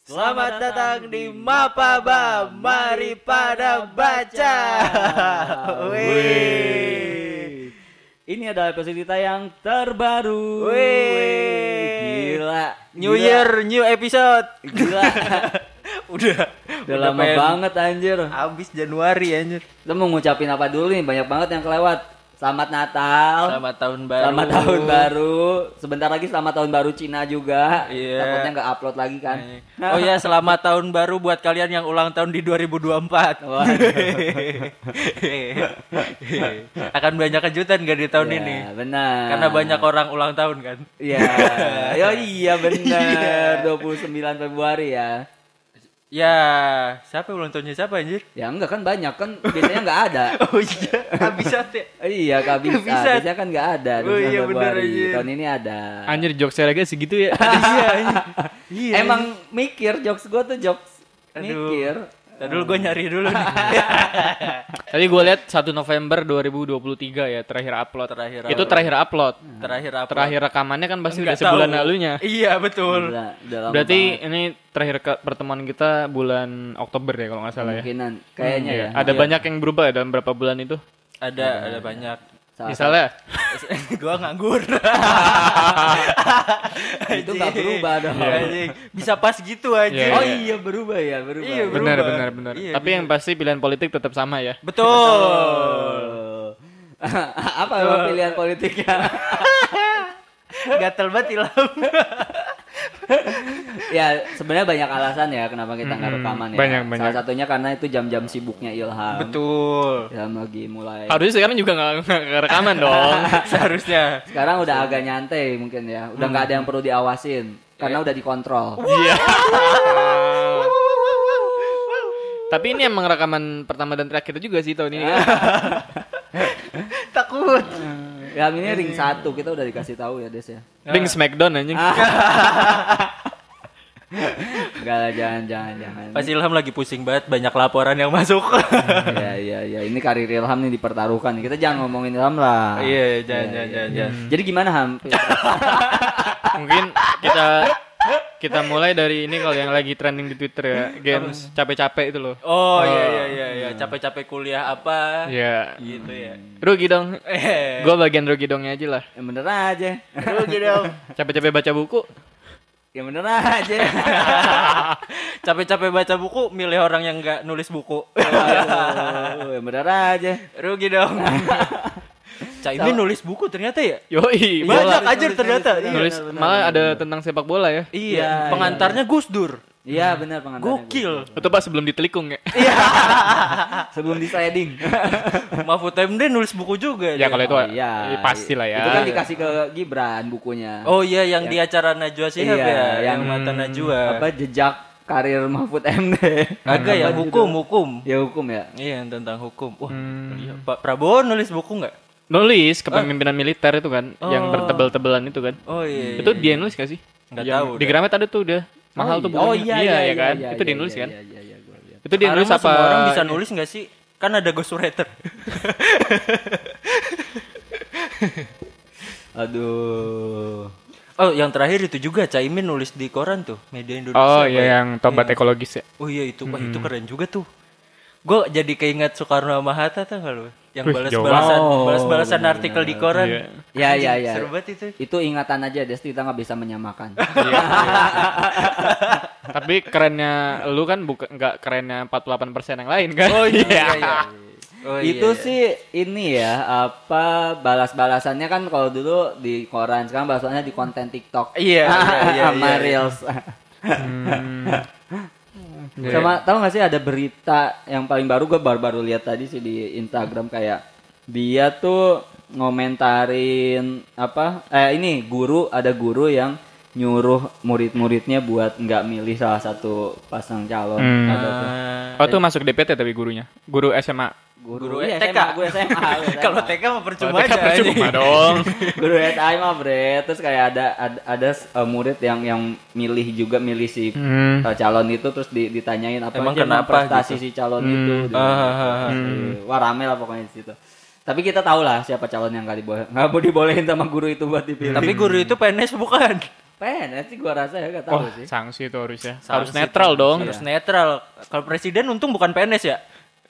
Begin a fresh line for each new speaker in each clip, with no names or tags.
Selamat datang di Mapaba, mari pada baca. Wih. Ini adalah episode kita yang terbaru.
Wih.
Gila.
New Year, new episode.
Gila.
Udah
lama banget anjir.
Abis Januari anjir.
Kita mau ngucapin apa dulu nih? Banyak banget yang kelewat. Selamat Natal.
Selamat tahun baru.
Selamat tahun baru. Sebentar lagi selamat tahun baru Cina juga.
Iya.
Takutnya nggak upload lagi kan.
Oh ya, selamat tahun baru buat kalian yang ulang tahun di 2024. Akan banyak kejutan gak di tahun
Ya,
ini?
benar.
Karena banyak orang ulang tahun kan.
Iya. Iya benar. 29 Februari ya.
Ya, siapa ulang tahunnya siapa anjir?
Ya enggak kan banyak kan biasanya enggak ada.
Oh iya, habisat ya.
Iya kehabisan.
Kehabisan.
Biasanya kan enggak ada.
Oh iya,
29
bener
Februari.
aja.
Tahun ini ada.
Anjir jokesnya lagi segitu ya.
Iya.
Emang mikir jokes gua tuh jokes mikir.
Tadi dulu gue nyari dulu nih.
Tadi gue lihat 1 November 2023 ya terakhir upload. Itu terakhir upload. Terakhir rekamannya kan pasti udah sebulan lalunya.
Iya betul.
Gila, udah lama
Berarti
banget.
ini terakhir pertemuan kita bulan Oktober ya kalau nggak salah ya.
Kemungkinan kayaknya ya.
Ada banyak yang berubah ya dalam berapa bulan itu.
Ada banyak.
Misalnya
Gua nganggur.
itu enggak berubah dong.
Anjing. Bisa pas gitu aja.
Iya,
Oh iya berubah ya, berubah.
Iya,
benar.
berubah. Iya,
Tapi yang pasti pilihan politik tetap sama ya.
Betul.
Oh. Apa emang pilihan politiknya?
Gatel banget Ilham.
Ya sebenarnya banyak alasan ya kenapa kita nggak rekaman ya.
banyak.
Salah satunya karena itu jam-jam sibuknya Ilham.
Betul.
Ilham lagi mulai.
Harusnya sekarang juga nggak rekaman dong.
Seharusnya.
Sekarang udah agak nyantai mungkin ya. Udah nggak ada yang perlu diawasin karena udah dikontrol.
Iya. Tapi ini emang rekaman pertama dan terakhir juga sih tahun ini kan.
Takut.
Ya ini ring 1 kita udah dikasih tahu ya Des ya.
Ring Smackdown anjing.
Enggak lah jangan.
Pas Ilham lagi pusing banget, banyak laporan yang masuk.
Iya. Ini karir Ilham nih dipertaruhkan. Kita jangan ngomongin Ilham lah.
Iya, jangan.
Jadi gimana Ham?
Mungkin kita mulai dari ini kalau yang lagi trending di Twitter ya, games capek-capek itu loh.
Oh iya. Capek-capek kuliah apa?
Ya,
Gitu ya.
rugi dong. Gue bagian rugi dongnya aja lah.
Ya bener aja.
Rugi dong.
Capek-capek baca buku.
Ya bener aja.
Capek-capek baca buku, milih orang yang nggak nulis buku.
Ya bener aja.
Rugi dong. Caimin nulis buku ternyata ya?
Yoi,
Banyak
bola.
aja ternyata.
Nulis
benar,
malah ada tentang sepak bola ya.
Iya, pengantarnya Gus Dur.
Iya benar pengantarnya.
Gokil.
Itu pas sebelum ditelikung ya.
Sebelum di sliding.
Mahfud MD nulis buku juga.
Ya kalau itu
Iya.
pasti lah ya.
Itu kan dikasih ke Gibran bukunya.
Oh iya yang di acara Najwa Shihab
Iya,
ya,
yang
yang mata Najwa.
Apa jejak karir Mahfud MD.
Agak ya
Apa
hukum.
Ya hukum ya.
Iya yang tentang hukum. Wah, iya. Pak Prabowo nulis buku nggak?
Nulis kepemimpinan militer itu kan, yang bertebel-tebelan itu kan.
Oh iya.
Itu dia yang nulis gak sih?
Nggak
Yang
tahu
Di
dah.
Gramet ada tuh udah. Mahal tuh
Oh
bukunya.
iya
ya kan.
iya,
Itu dia
iya,
nulis kan.
Iya, gua lihat.
Itu dia nulis apa?
Semua orang bisa nulis nggak sih? Kan ada ghostwriter.
Aduh.
Oh, yang terakhir itu juga Caimin nulis di koran tuh, Media Indonesia.
Oh
apa
iya
ya?
yang tobat
Iya.
ekologis ya.
Oh iya itu, wah itu keren juga tuh. Gue jadi keinget Soekarno sama Hatta tuh kalau yang
Wih, jauh
balas-balasan artikel di koran.
Iya.
Ya.
Seru banget itu.
Itu ingatan aja Des, kita nggak bisa menyamakan.
Tapi kerennya lu kan bukan nggak kerennya 48% yang lain kan?
Oh iya. Oh,
Itu
iya.
sih ini ya apa balas-balasannya kan kalau dulu di koran, sekarang balasannya di konten TikTok.
Iya.
Sama Reels. Sama tahu nggak sih ada berita yang paling baru, gue baru lihat tadi sih di Instagram, kayak dia tuh ngomentarin apa ini ada guru yang nyuruh murid-muridnya buat nggak milih salah satu pasang calon. Ada tuh.
Oh tuh masuk DPT tapi gurunya, guru SMA.
Guru
iya,
TK.
SMA, guru SMA.
Kalau TK mah percuma
TK
aja.
percuma dong.
Guru SMA mah bre, terus kayak ada murid yang milih si calon itu, terus ditanyain apa
Emang
aja
kenapa
prestasi
gitu?
si calon itu. Wah rame lah pokoknya di situ. Tapi kita tahu lah siapa calon yang nggak dibolehin sama guru itu buat dipilih.
Tapi guru itu PNS bukan?
PNS sih gua rasa ya gak
Oh,
tahu sih.
sanksi itu harusnya.
Sanksi
Harus netral
itu.
dong.
Harus netral. Kalau presiden untung bukan PNS ya.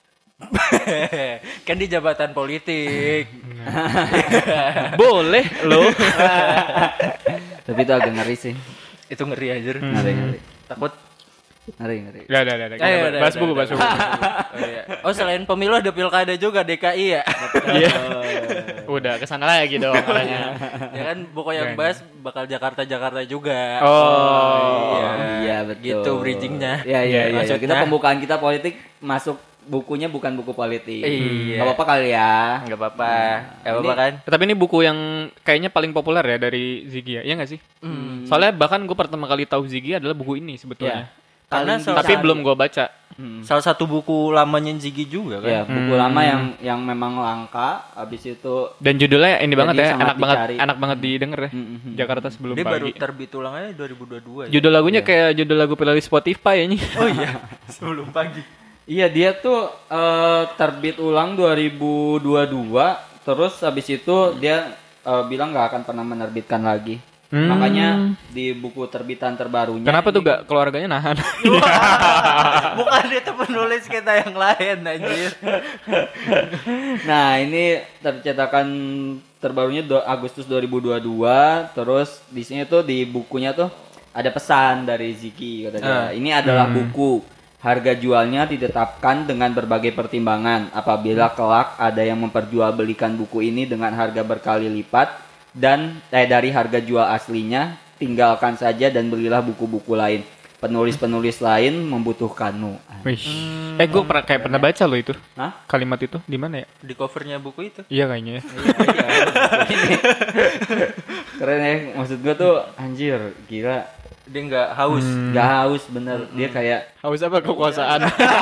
Kan di jabatan politik.
Boleh lo.
Tapi itu agak ngeri sih.
Itu ngeri aja.
Ngeri.
Takut.
Ngeri.
Udah. Bahas buku.
Oh, selain pemilu ada pilkada juga DKI ya.
Iya. Udah kesana lagi dong arahnya.
Ya kan buku yang bahas bakal Jakarta juga.
Oh.
Iya betul.
Gitu bridgingnya.
Iya.
Maksudnya-
Kita pembukaan kita politik masuk bukunya bukan buku politik.
Iya.
Gak apa-apa kali ya.
Enggak apa-apa. Enggak apa-apa kan?
Tapi ini buku yang kayaknya paling populer ya dari Ziggy ya, iya nggak sih? Soalnya bahkan gue pertama kali tahu Ziggy adalah buku ini sebetulnya.
Karena
Tapi belum gue baca.
salah satu buku lamanya Ziggy juga kan.
Ya, buku lama yang memang langka. Habis itu
Dan judulnya ini banget ya,
sangat dicari.
enak banget didengar ya. Jakarta sebelum
Dia baru
pagi.
terbit ulang aja 2022.
Judul lagunya kayak judul lagu playlist Spotify ya ini.
Oh iya, sebelum pagi.
iya dia tuh terbit ulang 2022. Terus habis itu dia bilang nggak akan pernah menerbitkan lagi. Makanya di buku terbitan terbarunya.
Kenapa tuh gak keluarganya nahan?
Bukan itu penulis kita yang lain anjir.
Nah ini tercetakan terbarunya Agustus 2022. Terus di sini tuh di bukunya tuh ada pesan dari Ziggy katanya. Ini adalah buku. Harga jualnya ditetapkan dengan berbagai pertimbangan. Apabila kelak ada yang memperjualbelikan buku ini dengan harga berkali lipat dan dari harga jual aslinya, tinggalkan saja dan belilah buku-buku lain. Penulis-penulis lain membutuhkanmu.
Wih. Gue pernah baca loh itu.
Hah?
Kalimat itu di mana ya?
Di covernya buku itu.
Iya kayaknya ya.
Ini. Keren ya. Maksud gue tuh anjir, gila.
Dia nggak haus.
Gak haus bener. Dia kayak
Haus apa kekuasaan?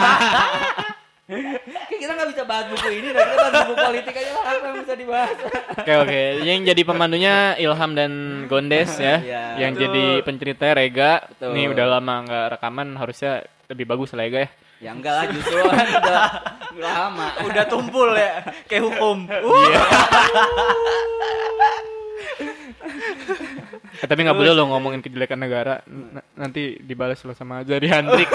kayak kita gak bisa bahas buku ini. Kita bahas buku politik aja lah. Apa yang bisa dibahas?
Oke. Yang jadi pemandunya Ilham dan Gondes ya.
Iya.
Yang jadi penceritanya Rega.
Betul.
Nih udah lama nggak rekaman, harusnya lebih bagus lah Rega ya.
Ya enggak lah, justru kan udah lama.
Udah tumpul ya, kayak hukum.
Tapi nggak boleh lo ngomongin kejelekan negara. Nanti dibalas lo sama Jari Handrik.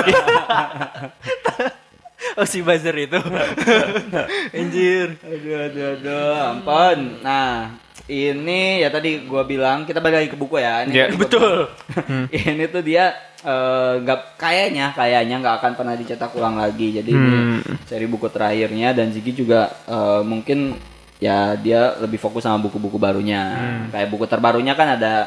Oh si buzzer itu. Anjir.
Aduh, ampun. Nah, ini ya tadi gua bilang kita balik lagi ke buku ya. Ini
Ya,
tadi gua
betul.
bilang, ini tuh dia nggak kayaknya nggak akan pernah dicetak ulang lagi. Jadi ini seri buku terakhirnya dan Ziggy juga mungkin ya dia lebih fokus sama buku-buku barunya. Kayak buku terbarunya kan ada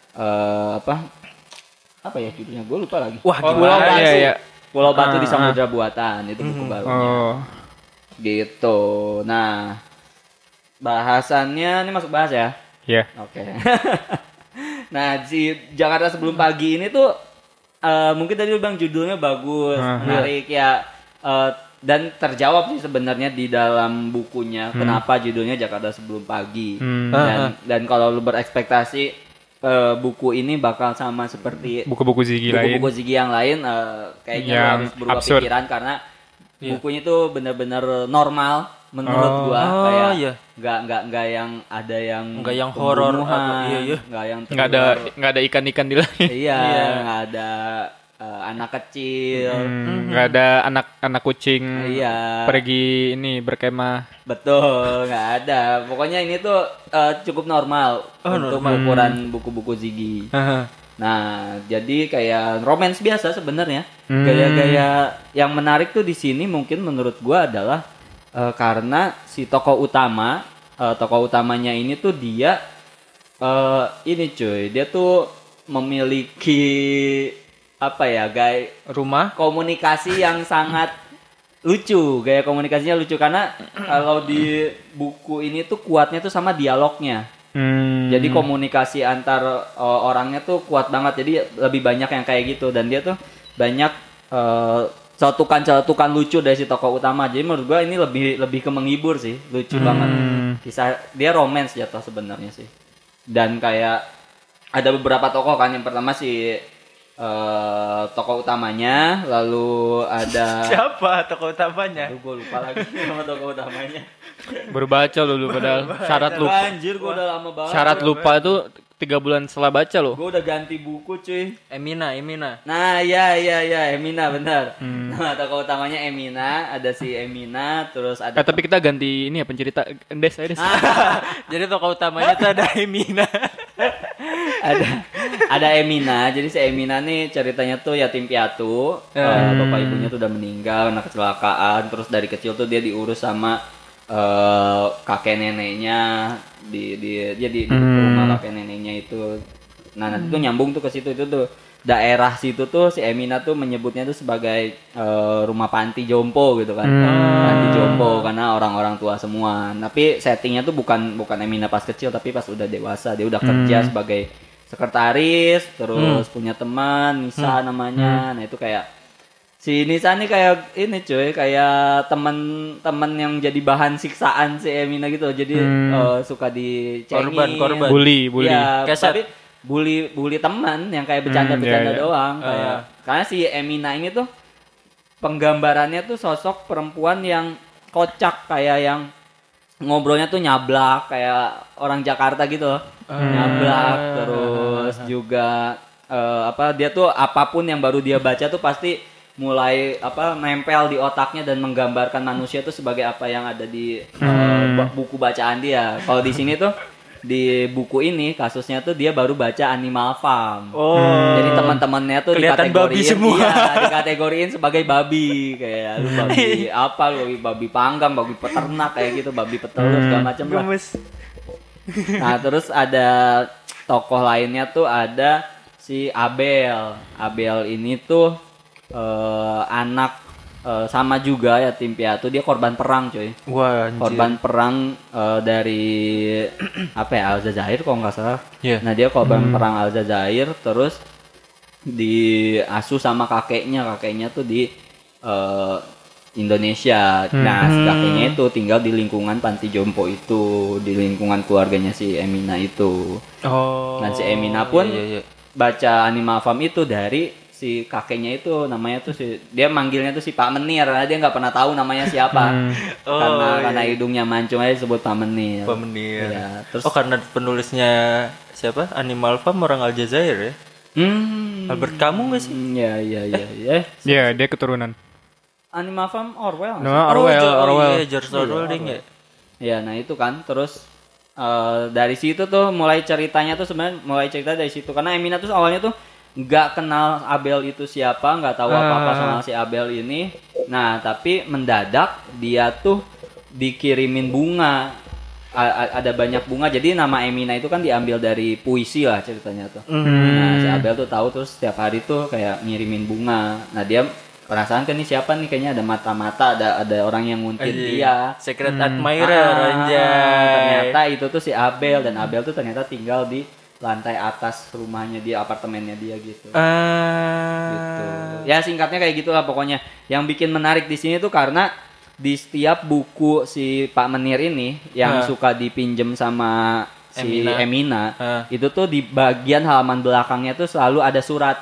apa ya judulnya? Gue lupa lagi.
Wah,
Pulau
gimana?
Batu.
Iya.
Pulau Batu di Samudra Buatan itu buku barunya.
Oh.
Gitu. Nah, bahasannya ini masuk bahas ya.
Ya.
Oke. Nah, si Jakarta sebelum pagi ini tuh mungkin tadi lu bilang judulnya bagus, menarik ya. Dan terjawab sih sebenarnya di dalam bukunya kenapa judulnya Jakarta sebelum pagi. Dan kalau lu berekspektasi buku ini bakal sama seperti
Buku-buku Ziggy lain.
buku-buku Ziggy yang lain kayaknya lu
Yang
harus berubah
absurd.
pikiran karena bukunya tuh benar-benar normal menurut gua kayak
iya.
nggak yang ada yang
Nggak yang horor
pembunuhan,
atau- iya.
nggak yang
Nggak ada ikan-ikan di lain.
iya nggak ada anak kecil
Nggak ada anak kucing
iya
pergi ini berkemah.
betul nggak ada pokoknya ini tuh cukup normal untuk ukuran buku-buku Ziggy. Nah, jadi kayak romance biasa sebenarnya. Gaya-gaya yang menarik tuh di sini mungkin menurut gua adalah karena si tokoh utamanya ini tuh dia ini cuy, dia tuh memiliki apa ya,
Rumah.
komunikasi yang sangat lucu. Gaya komunikasinya lucu karena kalau di buku ini tuh kuatnya tuh sama dialognya. Jadi komunikasi antar orangnya tuh kuat banget. Jadi lebih banyak yang kayak gitu dan dia tuh banyak celutukan lucu dari si tokoh utama. Jadi menurut gua ini lebih ke menghibur sih, lucu banget. Kisah dia romance jatuh sebenarnya sih. Dan kayak ada beberapa tokoh kan, yang pertama si tokoh utamanya, lalu ada
Siapa tokoh utamanya?
Aduh, gue lupa lagi sama tokoh utamanya.
Baru baca dulu padahal syarat lupa.
Anjir, gue udah lama banget.
Syarat lupa itu 3 bulan setelah baca loh.
Gue udah ganti buku cuy.
Emina.
Nah, iya, Emina benar. Nama tokoh utamanya Emina, ada si Emina, terus ada
Tapi kita ganti ini ya pencerita Des.
Jadi tokoh utamanya tuh ada Emina.
ada Emina. Jadi si Emina nih ceritanya tuh yatim piatu. Bapak ibunya tuh udah meninggal karena kecelakaan. Terus dari kecil tuh dia diurus sama kakek neneknya di rumah kakek neneknya itu. Nah, nanti tuh nyambung tuh ke situ itu tuh daerah situ tuh si Emina tuh menyebutnya tuh sebagai rumah panti jompo gitu kan. Panti jompo karena orang-orang tua semua. Tapi settingnya tuh bukan Emina pas kecil tapi pas udah dewasa. Dia udah kerja sebagai sekretaris, terus punya teman Nisa namanya. Nah, itu kayak si Nisa nih kayak ini cuy, kayak teman-teman yang jadi bahan siksaan si Emina gitu. Jadi suka dicengin.
Korban.
Bully.
Ya,
Keset.
tapi bully teman yang kayak bercanda-bercanda doang. Kayak karena si Emina ini tuh penggambarannya tuh sosok perempuan yang kocak, kayak yang ngobrolnya tuh nyablak kayak orang Jakarta gitu loh. Nyablak, terus juga dia tuh apapun yang baru dia baca tuh pasti mulai nempel di otaknya dan menggambarkan manusia tuh sebagai apa yang ada di buku bacaan dia. Kalau di sini tuh di buku ini kasusnya tuh dia baru baca Animal Farm. Jadi teman-temannya tuh
Kelihatan babi semua.
Dikategoriin sebagai babi, kayak lu babi apa, lu babi panggang, babi peternak kayak gitu, babi petelur segala macam lah. Nah, terus ada tokoh lainnya tuh ada si Abel. Abel ini tuh anak sama juga yatim piatu, dia korban perang coy.
Wah, anjir.
Korban perang dari Aljazair kalau nggak salah.
Yeah.
Nah, dia korban perang Aljazair, terus diasuh sama kakeknya tuh di Indonesia. Nah, si kakeknya itu tinggal di lingkungan panti jompo itu, di lingkungan keluarganya si Emina itu. Dan si Emina pun baca Animal Farm itu dari si kakeknya itu, namanya tuh dia manggilnya tuh si Pak Menir, karena dia nggak pernah tahu namanya siapa. Karena hidungnya mancung aja disebut Pak Menir.
Pak Menir.
Ya, terus
karena penulisnya siapa? Animal Farm orang Aljazair ya? Albert Camus nggak sih?
Iya.
Iya, dia keturunan.
Animal Farm Orwell.
No, Orwell.
George Orwell ding ya.
Ya, nah itu kan, terus dari situ tuh mulai ceritanya tuh sebenarnya mulai cerita dari situ, karena Emina tuh awalnya tuh nggak kenal Abel itu siapa, nggak tahu apa-apa soal si Abel ini. Nah, tapi mendadak dia tuh dikirimin bunga. Ada banyak bunga, jadi nama Emina itu kan diambil dari puisi lah ceritanya tuh. Nah, si Abel tuh tahu, terus setiap hari tuh kayak ngirimin bunga. Nah, dia penasaran kan nih siapa nih, kayaknya ada mata-mata, ada orang yang nguntit dia.
Secret admirer anjay.
Ternyata itu tuh si Abel, dan Abel tuh ternyata tinggal di lantai atas rumahnya dia, apartemennya dia gitu. Gitu. Ya singkatnya kayak gitulah pokoknya. Yang bikin menarik di sini tuh karena di setiap buku si Pak Menir ini yang suka dipinjem sama si Emina, itu tuh di bagian halaman belakangnya tuh selalu ada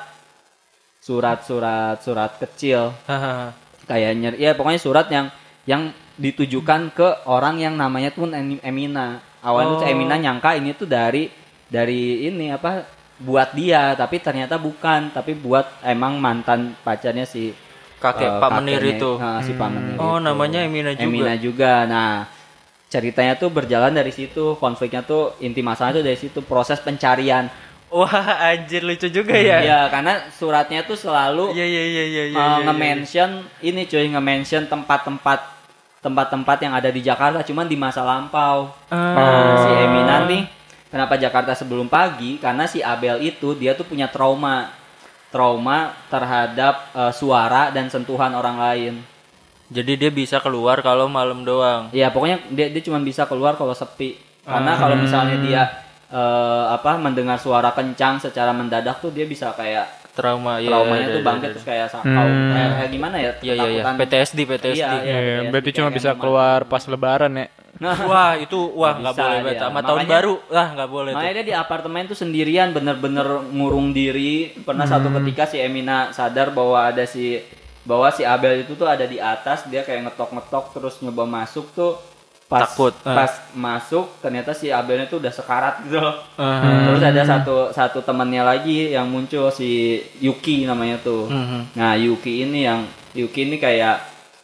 surat kecil. Kayaknya ya pokoknya surat yang ditujukan ke orang yang namanya tuh Emina. Awalnya tuh Emina nyangka ini tuh dari ini buat dia, tapi ternyata bukan, tapi buat emang mantan pacarnya si
Pak Menir itu.
Si Pak Menir
itu. Namanya Emina juga.
Nah, ceritanya tuh berjalan dari situ, konfliknya tuh inti masalahnya tuh dari situ, proses pencarian.
Wah, anjir lucu juga ya.
Iya, karena suratnya tuh selalu nge-mention ini cuy, nge-mention tempat-tempat yang ada di Jakarta cuman di masa lampau. Si Emina nih kenapa Jakarta sebelum pagi? Karena si Abel itu dia tuh punya trauma terhadap suara dan sentuhan orang lain.
Jadi dia bisa keluar kalau malam doang.
Iya, pokoknya dia cuma bisa keluar kalau sepi. Karena kalau misalnya dia mendengar suara kencang secara mendadak tuh dia bisa kayak traumanya tuh bangkit terus kayak kayak gimana ya?
Iya. PTSD.
Iya,
berarti cuma bisa keluar pas lebaran ya.
Wah nggak boleh banget sama tahun baru nggak boleh.
Makanya dia di apartemen tuh sendirian, bener-bener ngurung diri. Pernah satu ketika si Emina sadar bahwa si Abel itu tuh ada di atas, dia kayak ngetok terus nyoba masuk tuh
takut.
Pas masuk ternyata si Abelnya tuh udah sekarat gitu loh. Terus ada satu temannya lagi yang muncul, si Yuki namanya tuh. Nah Yuki ini kayak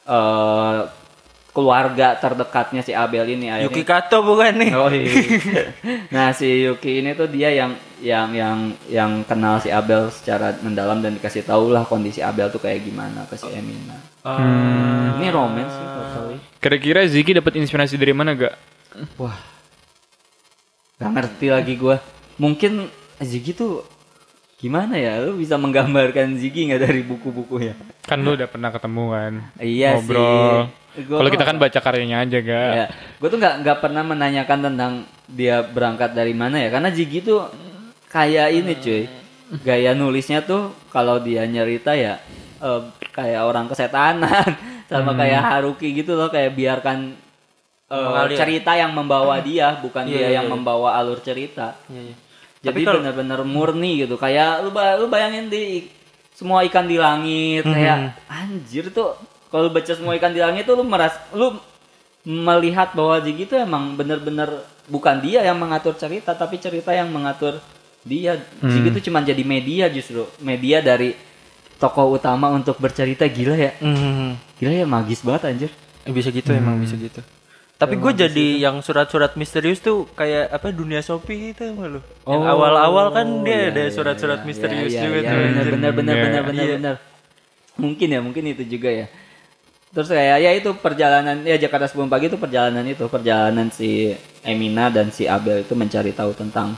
keluarga terdekatnya si Abel ini akhirnya.
Yuki Kato bukan nih?
Oh iya. Nah si Yuki ini tuh dia yang kenal si Abel secara mendalam dan dikasih tahu lah kondisi Abel tuh kayak gimana ke si Emina. Ini romance sih totally.
Kira-kira Ziki dapat inspirasi dari mana gak?
Wah, gak ngerti lagi gue. Mungkin Ziggy tuh gimana ya? Lu bisa menggambarkan Ziggy nggak dari buku-bukunya?
Kan lu udah pernah ketemu kan?
Iya
ngobrol.
sih.
Kalau kita kan baca karyanya aja gak?
Ya, gue tuh nggak pernah menanyakan tentang dia berangkat dari mana ya. Karena Ziggy tuh kayak ini cuy. Gaya nulisnya tuh kalau dia nyerita ya kayak orang kesetanan. Sama kayak Haruki gitu loh. Kayak biarkan cerita yang membawa dia, bukan dia yang membawa alur cerita. Jadi benar-benar murni gitu. Kayak lu bayangin di semua ikan di langit, kayak anjir tuh. Kalau lu baca semua ikan di langit tuh lu melihat bahwa Ziggy tuh emang benar-benar bukan dia yang mengatur cerita, tapi cerita yang mengatur dia. Ziggy tuh cuma jadi media, justru media dari tokoh utama untuk bercerita. Gila ya. Gila ya, magis banget anjir.
Bisa gitu emang bisa gitu. Tapi gue jadi yang surat-surat misterius tuh kayak apa, Dunia Shopee gitu malu. Yang awal-awal kan dia ada surat-surat misterius juga tuh.
Benar. Mungkin itu juga ya. Terus kayak ya itu perjalanan ya Jakarta Sebelum Pagi itu perjalanan si Emina dan si Abel itu mencari tahu tentang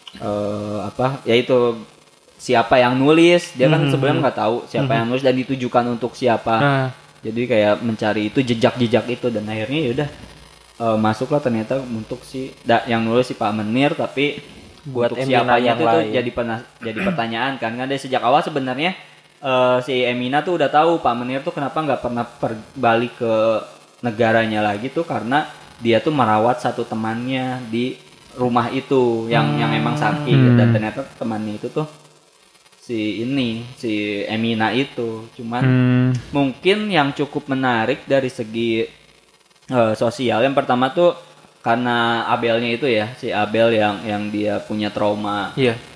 yaitu siapa yang nulis. Dia kan sebenarnya nggak tahu siapa yang nulis dan ditujukan untuk siapa. Jadi kayak mencari itu jejak-jejak itu dan akhirnya ya udah masuklah ternyata untuk yang nulis si Pak Menir, tapi buat untuk siapanya itu tuh jadi pertanyaan kan dari sejak awal sebenarnya. Si Emina tuh udah tahu Pak Menir tuh kenapa nggak pernah balik ke negaranya lagi tuh karena dia tuh merawat satu temannya di rumah itu yang emang sakit dan ternyata temannya itu tuh si Emina itu. Cuman mungkin yang cukup menarik dari segi sosial yang pertama tuh karena Abelnya itu ya, si Abel yang dia punya trauma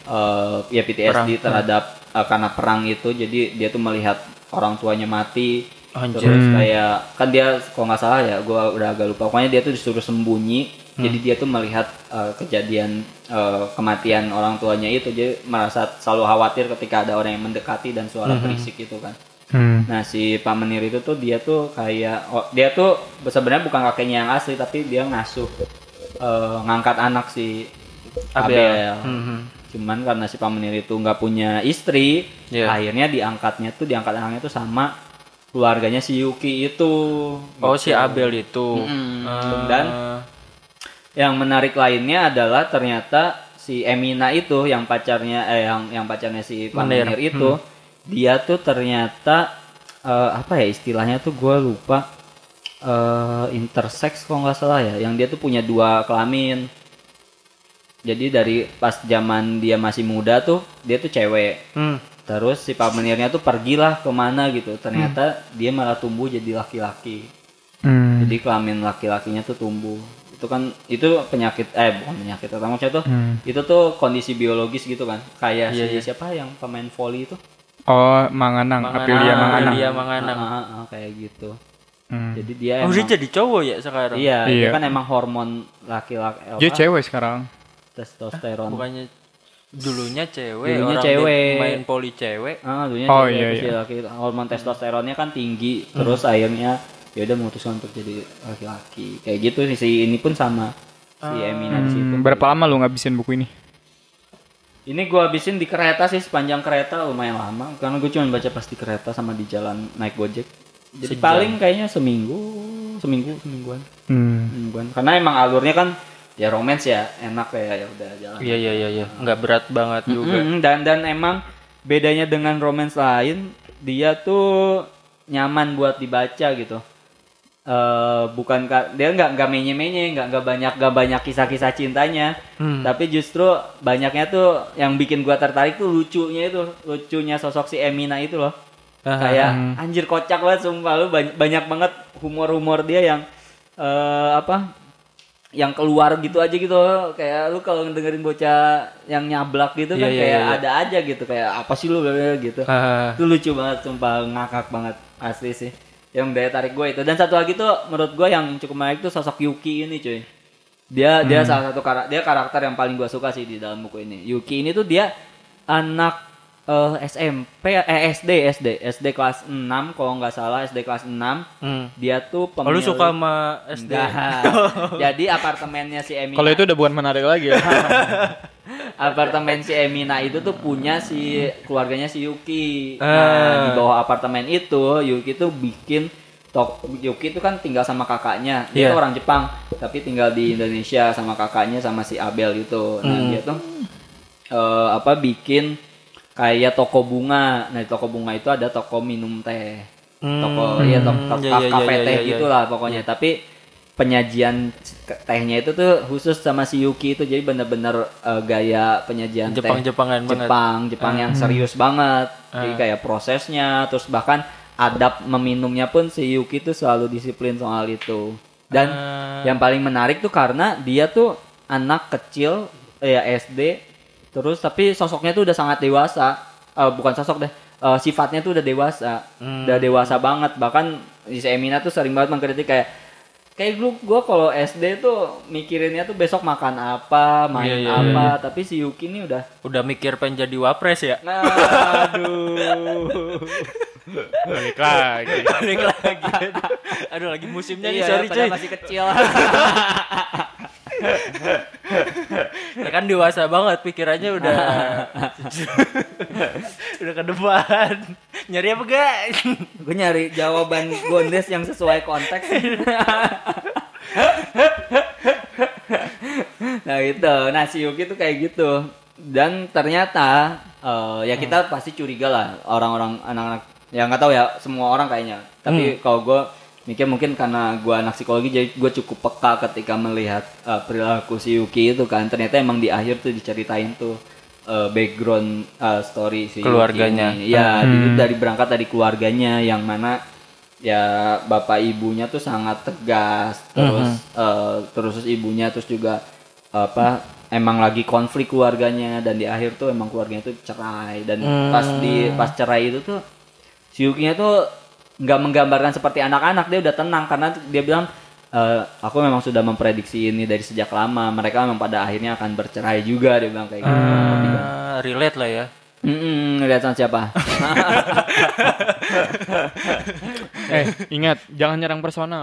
PTSD terhadap karena perang itu, jadi dia tuh melihat orang tuanya mati. Terus kayak kan dia kalau nggak salah ya, gue udah agak lupa, pokoknya dia tuh disuruh sembunyi. Jadi dia tuh melihat kejadian kematian orang tuanya itu, jadi merasa selalu khawatir ketika ada orang yang mendekati dan suara berisik itu kan. Nah si Pak Menir itu tuh dia tuh kayak dia tuh sebenarnya bukan kakeknya yang asli, tapi dia ngasuh ngangkat anak si Abel. Cuman karena si Pak Menir itu nggak punya istri, akhirnya diangkat anaknya tuh sama keluarganya si Yuki itu.
Si Abel itu.
Dan yang menarik lainnya adalah ternyata si Emina itu yang pacarnya yang pacarnya si Pak Menir itu, dia tuh ternyata apa ya istilahnya tuh gue lupa, intersex kalau nggak salah ya, yang dia tuh punya dua kelamin. Jadi dari pas zaman dia masih muda tuh dia tuh cewek. Terus si Pak Menirnya tuh pergilah kemana gitu. Ternyata dia malah tumbuh jadi laki-laki. Jadi kelamin laki-lakinya tuh tumbuh. Itu kan itu penyakit bukan penyakit utama tuh. Itu tuh kondisi biologis gitu kan. Kayak siapa yang pemain volley itu?
Manganang, Aprilia
Manganang.
Kayak gitu. Jadi dia
dia jadi cowok ya sekarang.
Iya. Dia kan emang hormon laki-laki.
Dia cewek sekarang.
Testosteron.
Bukannya dulunya
cewek,
main poli cewek.
Dulunya cewek. Laki, hormon testosteronnya kan tinggi. Terus akhirnya ya udah memutuskan untuk jadi laki-laki. Kayak gitu si ini pun sama si Emina di situ.
Berapa lama lu ngabisin buku ini?
Ini gue habisin di kereta sih, sepanjang kereta lumayan lama. Karena gue cuma baca pas di kereta sama di jalan naik Gojek. Jadi paling kayaknya semingguan. Karena emang alurnya kan ya romance ya, enak ya udah jalan.
Iya. Nggak berat banget juga.
Dan emang bedanya dengan romance lain, dia tuh nyaman buat dibaca gitu. Bukan dia nggak menye-menye, nggak banyak kisah-kisah cintanya, tapi justru banyaknya tuh yang bikin gua tertarik tuh lucunya sosok si Emina itu loh. Kayak anjir kocak banget sumpah, lu banyak banget humor dia yang yang keluar gitu aja gitu, kayak lu kalau dengerin bocah yang nyablak gitu kan kayak ada aja gitu, kayak apa sih lu gitu. Itu lucu banget, sumpah ngakak banget asli sih. Yang daya tarik gue itu. Dan satu lagi tuh menurut gue yang cukup menarik tuh sosok Yuki ini cuy. Dia salah satu karakter yang paling gue suka sih di dalam buku ini. Yuki ini tuh dia anak SD kelas 6 kalau nggak salah, SD kelas 6. Dia tuh
pemilik. Lu suka sama SD?
Jadi apartemennya si Emina.
Kalau itu udah bukan menarik lagi ya.
Apartemen si Emina itu tuh punya si keluarganya si Yuki. Nah, di bawah apartemen itu Yuki tuh bikin Yuki itu kan tinggal sama kakaknya. Dia tuh orang Jepang, tapi tinggal di Indonesia sama kakaknya sama si Abel gitu. Nah, dia tuh bikin kayak toko bunga. Nah, di toko bunga itu ada toko minum teh. Kafe teh gitulah pokoknya. Tapi penyajian tehnya itu tuh khusus sama si Yuki itu. Jadi benar-benar gaya penyajian
Jepang-Jepangan
teh Jepang yang serius banget. Jadi kayak prosesnya, terus bahkan adab meminumnya pun si Yuki tuh selalu disiplin soal itu. Dan yang paling menarik tuh karena dia tuh anak kecil SD. Terus tapi sosoknya tuh udah sangat dewasa, bukan sosok deh, sifatnya tuh udah dewasa, udah dewasa banget. Bahkan si Emina tuh sering banget mengkritik kayak gue kalau SD tuh mikirinnya tuh besok makan apa, main apa, tapi si Yuki ini
udah mikir pengen jadi wapres ya.
Aduh.
Balik lagi.
Aduh, lagi musimnya nih, sorry cuy.
Masih kecil.
Ya kan dewasa banget pikirannya udah ke depan. Nyari apa gak?
Gue nyari jawaban Gondes yang sesuai konteks. Nah gitu. Nah si Yuki tuh kayak gitu. Dan ternyata ya kita pasti curiga lah orang-orang anak-anak. Ya nggak tahu ya semua orang kayaknya. Tapi kalau gue mikir mungkin karena gue anak psikologi jadi gue cukup peka ketika melihat perilaku si Yuki itu kan. Ternyata emang di akhir tuh diceritain tuh background story si
keluarganya.
Yuki ini. Ya itu dari berangkat dari keluarganya yang mana ya bapak ibunya tuh sangat tegas. Terus ibunya terus juga emang lagi konflik keluarganya dan di akhir tuh emang keluarganya tuh cerai. Dan pas cerai itu tuh si Yukinya tuh nggak menggambarkan seperti anak-anak, dia udah tenang karena dia bilang aku memang sudah memprediksi ini dari sejak lama, mereka memang pada akhirnya akan bercerai juga, dia bilang kayak gitu.
Relate lah ya.
Lihat sama siapa?
Ingat jangan nyerang personal.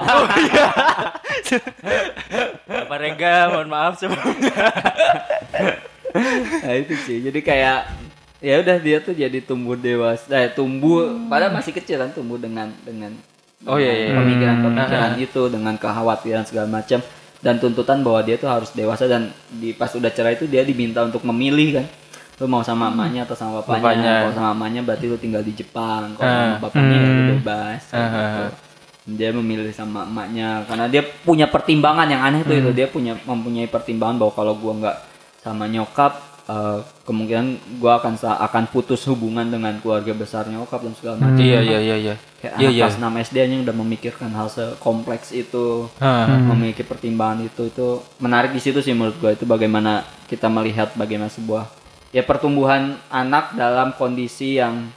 Bapak Rega, mohon maaf sebelumnya.
Nah itu sih, jadi kayak ya udah dia tuh jadi tumbuh dewasa, padahal masih kecil kan, tumbuh dengan pemikiran itu, dengan kekhawatiran segala macam dan tuntutan bahwa dia tuh harus dewasa. Dan pas udah cerai itu dia diminta untuk memilih kan, lu mau sama emaknya atau sama bapaknya. Kalau sama emaknya berarti lu tinggal di Jepang, kalau sama bapaknya ya lu bebas gitu. Dia memilih sama emaknya karena dia punya pertimbangan yang aneh tuh itu. Dia mempunyai pertimbangan bahwa kalau gua nggak sama nyokap kemungkinan gue akan putus hubungan dengan keluarga besar nyokap dan segala macam.
Iya.
Kayak anak kelas 6 SD aja udah memikirkan hal sekompleks itu, memiliki pertimbangan itu menarik di situ sih menurut gue. Itu bagaimana kita melihat bagaimana sebuah pertumbuhan anak dalam kondisi yang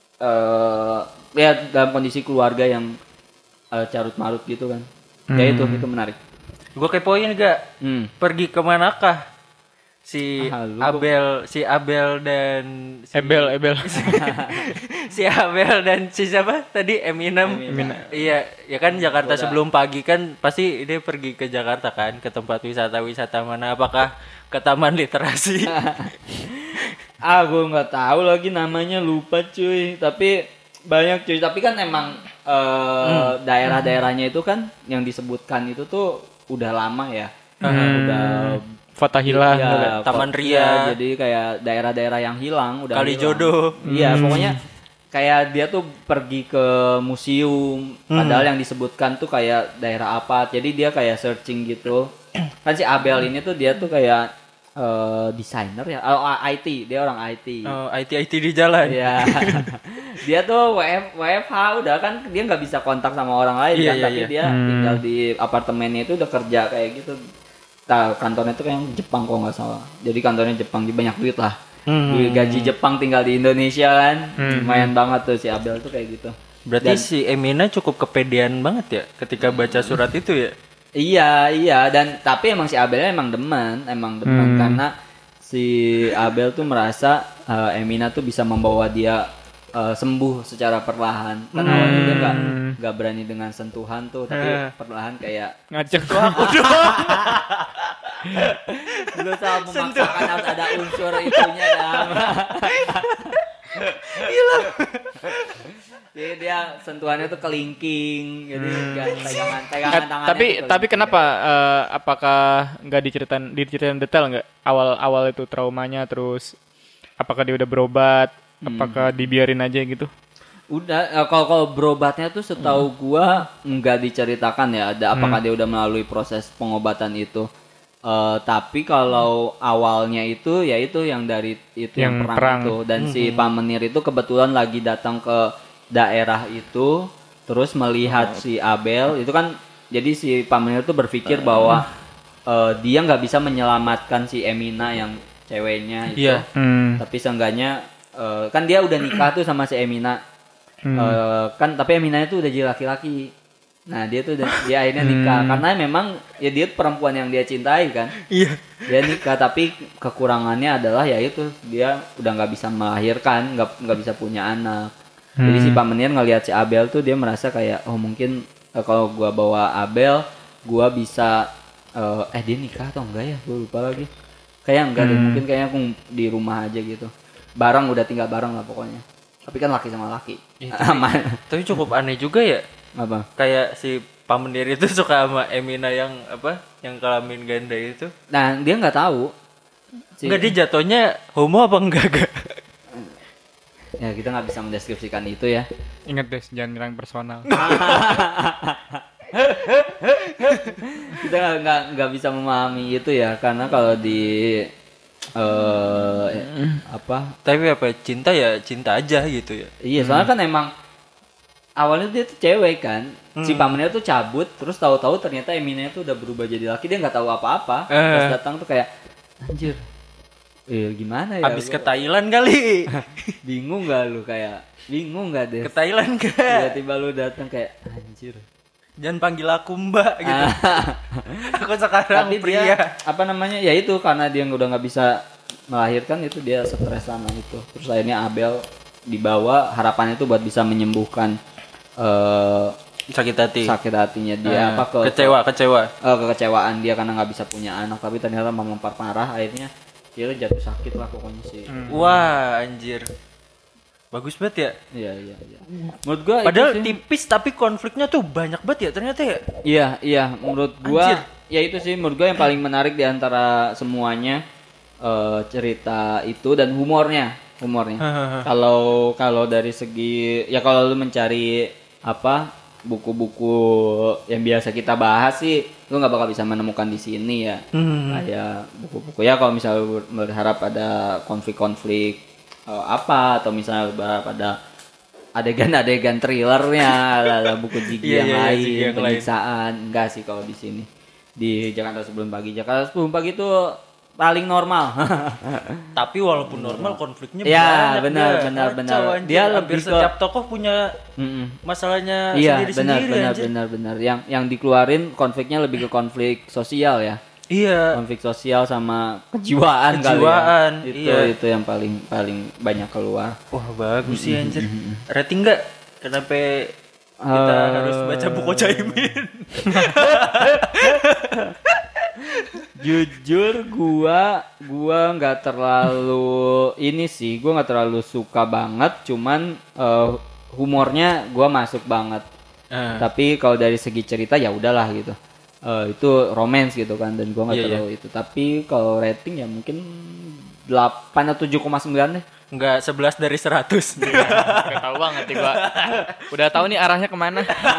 dalam kondisi keluarga yang carut marut gitu kan. Ya itu menarik.
Gue kepoin gak? Pergi kemanakah? Si Abel dan
Abel
si Abel dan si siapa tadi Eminem. Iya, ya kan Jakarta sebelum pagi kan pasti dia pergi ke Jakarta kan, ke tempat wisata mana? Apakah ke Taman Literasi?
Gue nggak tahu lagi namanya, lupa cuy. Tapi banyak cuy. Tapi kan emang daerah-daerahnya itu kan yang disebutkan itu tuh udah lama ya. Udah
Fatahillah,
Taman Ria.
Jadi kayak daerah-daerah yang hilang udah
Kalijodo.
Iya, pokoknya kayak dia tuh pergi ke museum padahal yang disebutkan tuh kayak daerah apa. Jadi dia kayak searching gitu. Kan si Abel ini tuh dia tuh kayak desainer ya. IT, dia orang IT.
IT di jalan.
Iya. Dia tuh WFH udah kan, dia nggak bisa kontak sama orang lain kan, tapi dia tinggal di apartemennya itu udah kerja kayak gitu. kantornya tuh kayak Jepang kalau nggak salah. Jadi kantornya Jepang, dia banyak duit lah. Duit gaji Jepang tinggal di Indonesia kan. Lumayan banget tuh si Abel tuh kayak gitu.
Berarti si Emina cukup kepedean banget ya ketika baca surat itu ya?
Iya dan tapi emang si Abelnya emang demen karena si Abel tuh merasa Emina tuh bisa membawa dia sembuh secara perlahan. Karena awalnya dia nggak berani dengan sentuhan tuh, tapi perlahan kayak
ngajak gua aku dong.
lu sama memaksakan harus ada unsur itunya dah. Jadi dia sentuhannya tuh kelingking, jadi pegangan tangannya.
Tapi kenapa? Apakah nggak diceritain detail nggak awal itu traumanya, terus apakah dia udah berobat? Apakah dibiarin aja gitu?
Udah, kalau berobatnya tuh setahu gua nggak diceritakan ya. Apakah dia udah melalui proses pengobatan itu? Tapi kalau awalnya itu ya itu yang dari itu yang perang itu, dan si Pak Menir itu kebetulan lagi datang ke daerah itu, terus melihat si Abel itu kan, jadi si Pak Menir itu berpikir bahwa dia nggak bisa menyelamatkan si Emina yang ceweknya itu, tapi seenggaknya kan dia udah nikah tuh sama si Emina, kan tapi Eminanya tuh udah jadi laki-laki. Nah dia akhirnya nikah karena memang ya dia perempuan yang dia cintai kan. Iya. Dia nikah tapi kekurangannya adalah ya itu dia udah nggak bisa melahirkan, nggak bisa punya anak. Jadi si Pak Menir ngelihat si Abel tuh dia merasa kayak mungkin kalau gua bawa Abel gua bisa dia nikah atau enggak ya, gua lupa lagi. Kayak enggak deh, mungkin kayaknya aku di rumah aja gitu. Bareng udah tinggal bareng lah pokoknya. Tapi kan laki sama laki.
Tapi cukup aneh juga ya.
Apa?
Kayak si Pak Menir itu suka sama Emina yang yang kelamin ganda itu.
Nah dia nggak tahu.
Enggak, dia jatuhnya homo apa enggak?
Ya kita nggak bisa mendeskripsikan itu ya.
Ingat deh, jangan nyerang personal.
Kita nggak bisa memahami itu ya, karena kalau di
Tapi cinta ya cinta aja gitu ya.
Iya, soalnya kan emang awalnya dia tuh cewek kan. Si Pak Menir tuh cabut, terus tahu-tahu ternyata Emina tuh udah berubah jadi laki, dia nggak tahu apa-apa. Terus datang tuh kayak anjir. Gimana ya?
Habis ke Thailand kali.
Bingung nggak deh?
Ke Thailand kan?
Tiba-tiba lu datang kayak anjir.
Jangan panggil aku Mbak gitu. Aku sekarang
tapi
pria.
Dia, ya itu karena dia udah nggak bisa melahirkan, itu dia stres sama itu. Terus akhirnya Abel dibawa, harapannya itu buat bisa menyembuhkan
sakit
hatinya dia, kekecewaan dia karena nggak bisa punya anak, tapi ternyata memperparah, akhirnya dia jatuh sakit lah pokoknya sih.
Wah anjir, bagus banget
ya. Iya. Menurut gua
padahal tipis tapi konfliknya tuh banyak banget ya ternyata ya.
Iya menurut gua anjir. Ya itu sih menurut gua yang paling menarik di antara semuanya, cerita itu dan humornya. Kalau dari segi ya, kalau lu mencari buku-buku yang biasa kita bahas sih lu nggak bakal bisa menemukan di sini ya. Kayak buku-buku ya, kalau misalnya lu berharap ada konflik-konflik atau misalnya berharap ada adegan-adegan thrillernya ala buku Jigi yang lain, penyiksaan, enggak sih kalau di sini. Di Jakarta Sebelum Pagi itu paling normal.
Tapi walaupun normal konfliknya
ya, benar. Dia
hampir setiap tokoh punya masalahnya sendiri-sendiri.
Benar. Yang dikeluarin konfliknya lebih ke konflik sosial ya.
Iya.
Konflik sosial sama kejiwaan.
Iya.
Itu yang paling banyak keluar.
Wah, bagus sih anjir. Rating enggak? Kenapa kita harus baca buku Caimin?
Jujur gua nggak terlalu gue nggak terlalu suka banget, cuman humornya gua masuk banget. Tapi kalau dari segi cerita ya udahlah gitu, itu romance gitu kan, dan gua nggak terlalu itu. Tapi kalau rating ya mungkin 8 atau 7,9 deh.
Enggak, 11 dari 100.
Enggak tahu banget nih gua. Udah tahu nih arahnya kemana.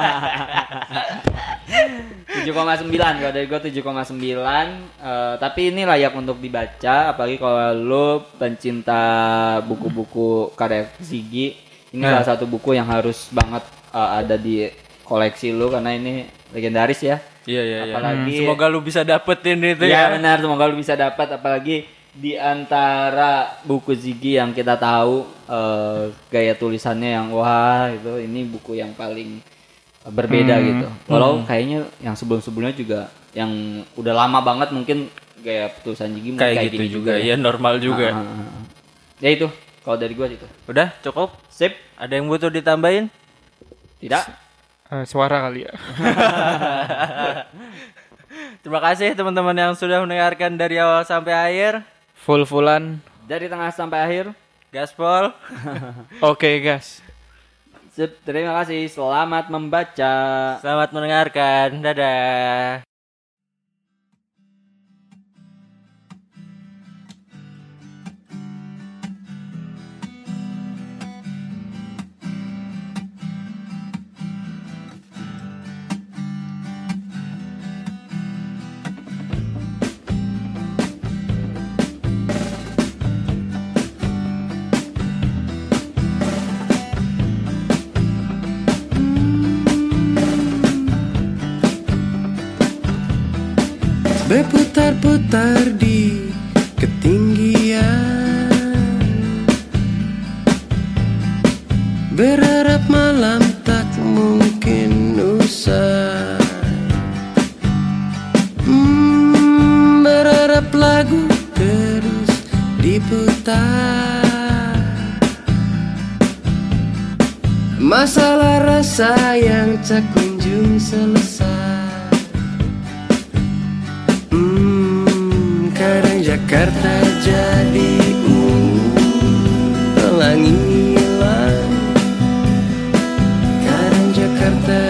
7,9, kalau dari gue 7,9. Tapi ini layak untuk dibaca, apalagi kalau lo pencinta buku-buku karya Ziggy. Ini salah satu buku yang harus banget ada di koleksi lo, karena ini legendaris ya.
Iya.
Apalagi
Semoga lu bisa dapetin itu
ya
ya.
benar, semoga lu bisa dapat, apalagi di antara buku Ziggy yang kita tahu gaya tulisannya yang wah itu, ini buku yang paling berbeda gitu. Walau kayaknya yang sebelum-sebelumnya juga yang udah lama banget mungkin gaya tulisan Ziggy
Kayak
gini
gitu juga. Ya normal juga.
Ya itu, kalau dari gua itu.
Udah cukup?
Sip,
Ada yang butuh ditambahin?
tidak?
Suara kali ya.
Terima kasih teman-teman yang sudah mendengarkan dari awal sampai akhir.
Full-fullan.
Dari tengah sampai akhir.
Gaspol.
Oke, guys.
Sip, terima kasih. Selamat membaca.
Selamat mendengarkan. Dadah.
Berputar-putar di ketinggian, berharap malam tak mungkin usai. Berharap lagu terus diputar, masalah rasa yang tak kunjung selesai. Kadang Jakarta jadi pelangi hilang, kadang Jakarta